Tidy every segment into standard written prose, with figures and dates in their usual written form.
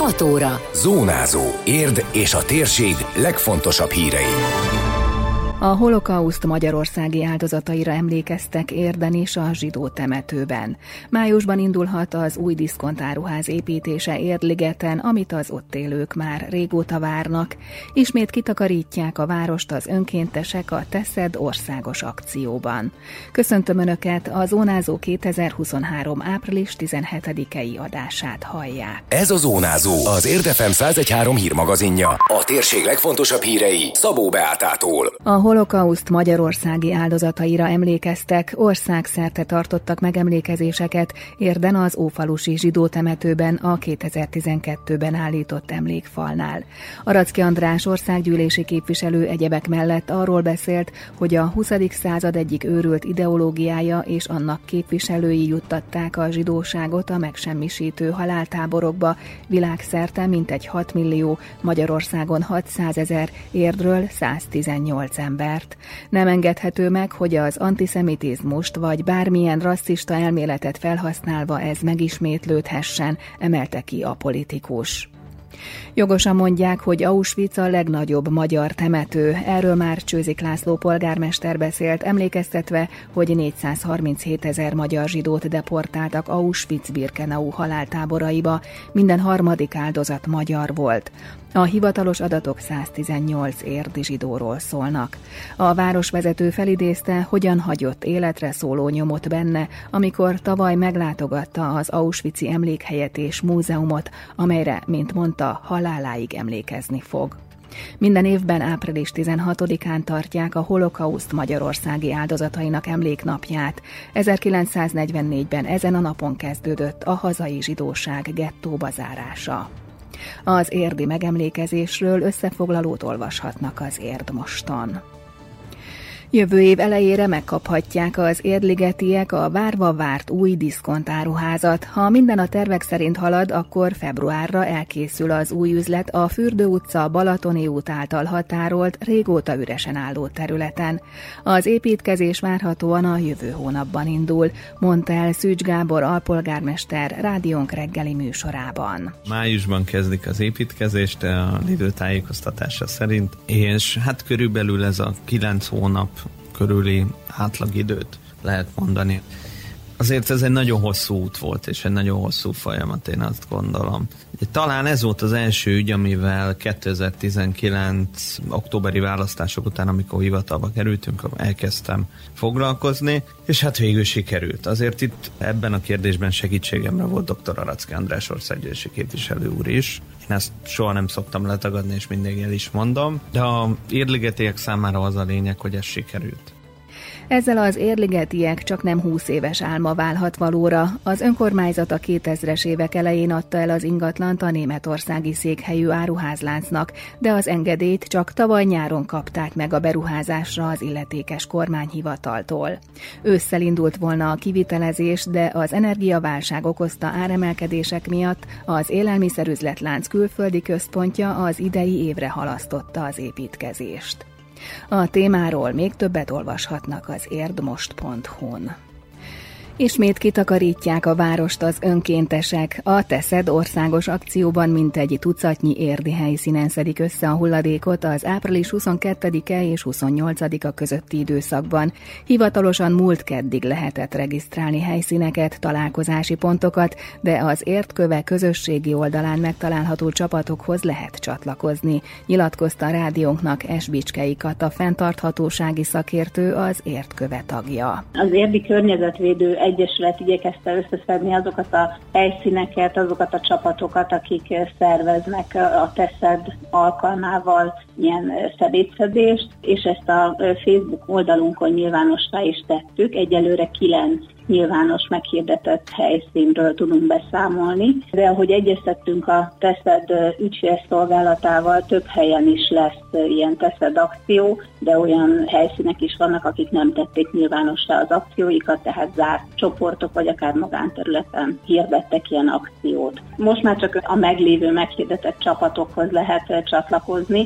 6 óra. Zónázó. Érd és a térség legfontosabb hírei. A holokauszt magyarországi áldozataira emlékeztek Érden és a zsidó temetőben. Májusban indulhat az új diszkontáruház építése Érdligeten, amit az ott élők már régóta várnak. Ismét kitakarítják a várost az önkéntesek a Teszed országos akcióban. Köszöntöm Önöket, a Zónázó 2023. április 17-i adását hallják. Ez a Zónázó, az Érd FM 101.3 hírmagazinja. A térség legfontosabb hírei Szabó Beátától. A holokauszt magyarországi áldozataira emlékeztek, országszerte tartottak megemlékezéseket Érden az ófalusi zsidó temetőben a 2012-ben állított emlékfalnál. Aracki András országgyűlési képviselő egyebek mellett arról beszélt, hogy a 20. század egyik őrült ideológiája és annak képviselői juttatták a zsidóságot a megsemmisítő haláltáborokba, világszerte mintegy 6 millió, Magyarországon 600 000, Érdről 118 embert. Nem engedhető meg, hogy az antiszemitizmust vagy bármilyen rasszista elméletet felhasználva ez megismétlődhessen, emelte ki a politikus. Jogosan mondják, hogy Auschwitz a legnagyobb magyar temető. Erről már Csőzik László polgármester beszélt, emlékeztetve, hogy 437 000 magyar zsidót deportáltak Auschwitz-Birkenau haláltáboraiba, minden harmadik áldozat magyar volt. A hivatalos adatok 118 érdi zsidóról szólnak. A városvezető felidézte, hogyan hagyott életre szóló nyomot benne, amikor tavaly meglátogatta az auschwitzi emlékhelyet és múzeumot, amelyre, mint mondta, haláláig emlékezni fog. Minden évben április 16-án tartják a holokauszt magyarországi áldozatainak emléknapját. 1944-ben ezen a napon kezdődött a hazai zsidóság gettóba zárása. Az érdi megemlékezésről összefoglalót olvashatnak az Érd Moston. Jövő év elejére megkaphatják az érdligetiek a várva várt új diszkontáruházat. Ha minden a tervek szerint halad, akkor februárra elkészül az új üzlet a Fürdő utca Balatoni út által határolt, régóta üresen álló területen. Az építkezés várhatóan a jövő hónapban indul, mondta el Szűcs Gábor alpolgármester rádiónk reggeli műsorában. Májusban kezdik az építkezést a Lidl tájékoztatása szerint, és hát körülbelül ez a 9 hónap körüli átlagidőt lehet mondani. Azért ez egy nagyon hosszú út volt, és egy nagyon hosszú folyamat, én azt gondolom. Talán ez volt az első ügy, amivel 2019. októberi választások után, amikor hivatalba kerültünk, elkezdtem foglalkozni, és hát végül sikerült. Azért itt ebben a kérdésben segítségemre volt dr. Aracki András országgyűlési képviselő úr is. Én ezt soha nem szoktam letagadni, és mindig el is mondom, de a érdligetiek számára az a lényeg, hogy ez sikerült. Ezzel az érdligetiek csak nem 20 éves álma válhat valóra. Az önkormányzat a 2000-es évek elején adta el az ingatlant a németországi székhelyű áruházláncnak, de az engedélyt csak tavaly nyáron kapták meg a beruházásra az illetékes kormányhivataltól. Ősszel indult volna a kivitelezés, de az energiaválság okozta áremelkedések miatt az élelmiszerüzletlánc külföldi központja az idei évre halasztotta az építkezést. A témáról még többet olvashatnak az érdmost.hu-n. Ismét kitakarítják a várost az önkéntesek. A Teszed országos akcióban mintegy tucatnyi érdi helyszínen szedik össze a hulladékot az április 22-e és 28-a közötti időszakban. Hivatalosan múlt keddig lehetett regisztrálni helyszíneket, találkozási pontokat, de az Érdköve közösségi oldalán megtalálható csapatokhoz lehet csatlakozni, nyilatkozta a rádiónknak Esbicskei Kata fenntarthatósági szakértő, az Érdköve tagja. Az érdi környezetvédő egyesület igyekezte összeszedni azokat a helyszíneket, azokat a csapatokat, akik szerveznek a Teszed alkalmával ilyen szedétszedést, és ezt a Facebook oldalunkon nyilvánossá is tettük. Egyelőre 9 nyilvános meghirdetett helyszínről tudunk beszámolni, de ahogy egyeztettünk a Teszed ügyfélszolgálatával, több helyen is lesz ilyen Teszed akció, de olyan helyszínek is vannak, akik nem tették nyilvánossá az akcióikat, tehát zárt csoportok vagy akár magánterületen hirdettek ilyen akciót. Most már csak a meglévő meghirdetett csapatokhoz lehet csatlakozni.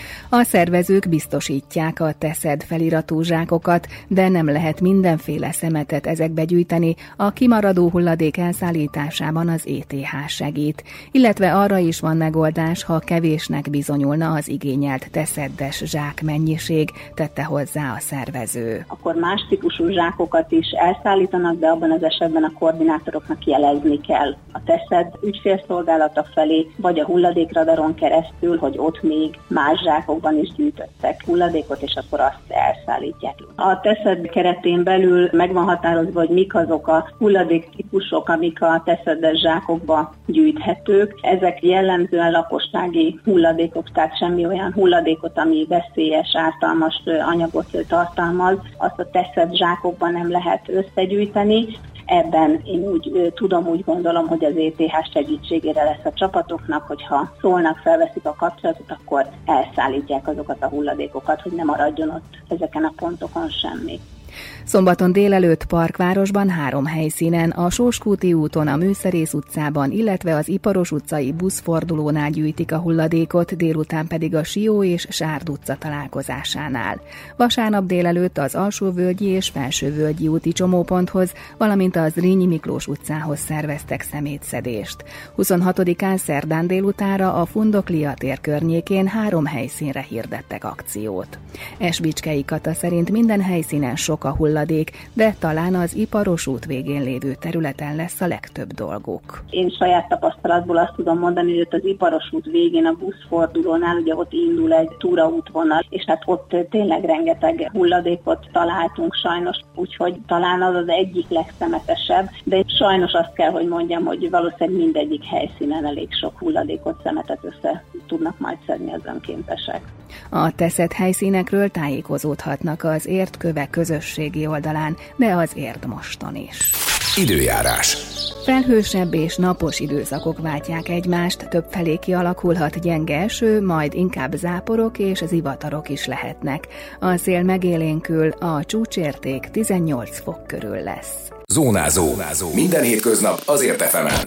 A szervezők biztosítják a Teszed feliratú zsákokat, de nem lehet mindenféle szemetet ezekbe gyűjteni, a kimaradó hulladék elszállításában az ETH segít. Illetve arra is van megoldás, ha kevésnek bizonyulna az igényelt Teszeddes zsák mennyiség, tette hozzá a szervező. Akkor más típusú zsákokat is elszállítanak, de abban az esetben a koordinátoroknak jelezni kell a Teszed ügyfélszolgálata felé, vagy a hulladékradaron keresztül, hogy ott még más zsákokban is gyűjtöttek hulladékot, és akkor azt elszállítják. A Teszed keretén belül meg van határozva, hogy mik azok a hulladéktípusok, amik a Teszeddes zsákokba gyűjthetők. Ezek jellemzően lakossági hulladékok, tehát semmi olyan hulladékot, ami veszélyes, ártalmas anyagot tartalmaz, azt a Teszed zsákokban nem lehet összegyűjteni. Ebben én úgy gondolom, hogy az ETH segítségére lesz a csapatoknak, hogyha szólnak, felveszik a kapcsolatot, akkor elszállítják azokat a hulladékokat, hogy ne maradjon ott ezeken a pontokon semmi. Szombaton délelőtt Parkvárosban 3 helyszínen, a Sóskúti úton, a Műszerész utcában, illetve az Iparos utcai buszfordulónál gyűjtik a hulladékot, délután pedig a Sió és Sárd utca találkozásánál. Vasárnap délelőtt az Alsóvölgyi és Felsővölgyi úti csomóponthoz, valamint az Zrínyi Miklós utcához szerveztek szemétszedést. 26-án szerdán délutánra a Fundoklia tér környékén 3 helyszínre hirdettek akciót. Esbicskei Kata szerint minden helyszínen sok a hulladék, de talán az Iparos út végén lévő területen lesz a legtöbb dolguk. Én saját tapasztalatból azt tudom mondani, hogy ott az Iparos út végén a buszfordulónál, ugye ott indul egy túraútvonal, és hát ott tényleg rengeteg hulladékot találtunk sajnos, úgyhogy talán az az egyik legszemetesebb, de sajnos azt kell, hogy mondjam, hogy valószínűleg mindegyik helyszínen elég sok hulladékot, szemetet össze tudnak majd szedni az önkéntesek. A Teszed helyszínekről tájékozódhatnak az Érd Köve közösségi oldalán, de az Érd Moston is. Időjárás. Felhősebb és napos időszakok váltják egymást, többfelé kialakulhat gyenge eső, majd inkább záporok és zivatarok is lehetnek. A szél megélénkül, a csúcsérték 18 fok körül lesz. Zónázó. Minden hétköznap az Érd FM-en.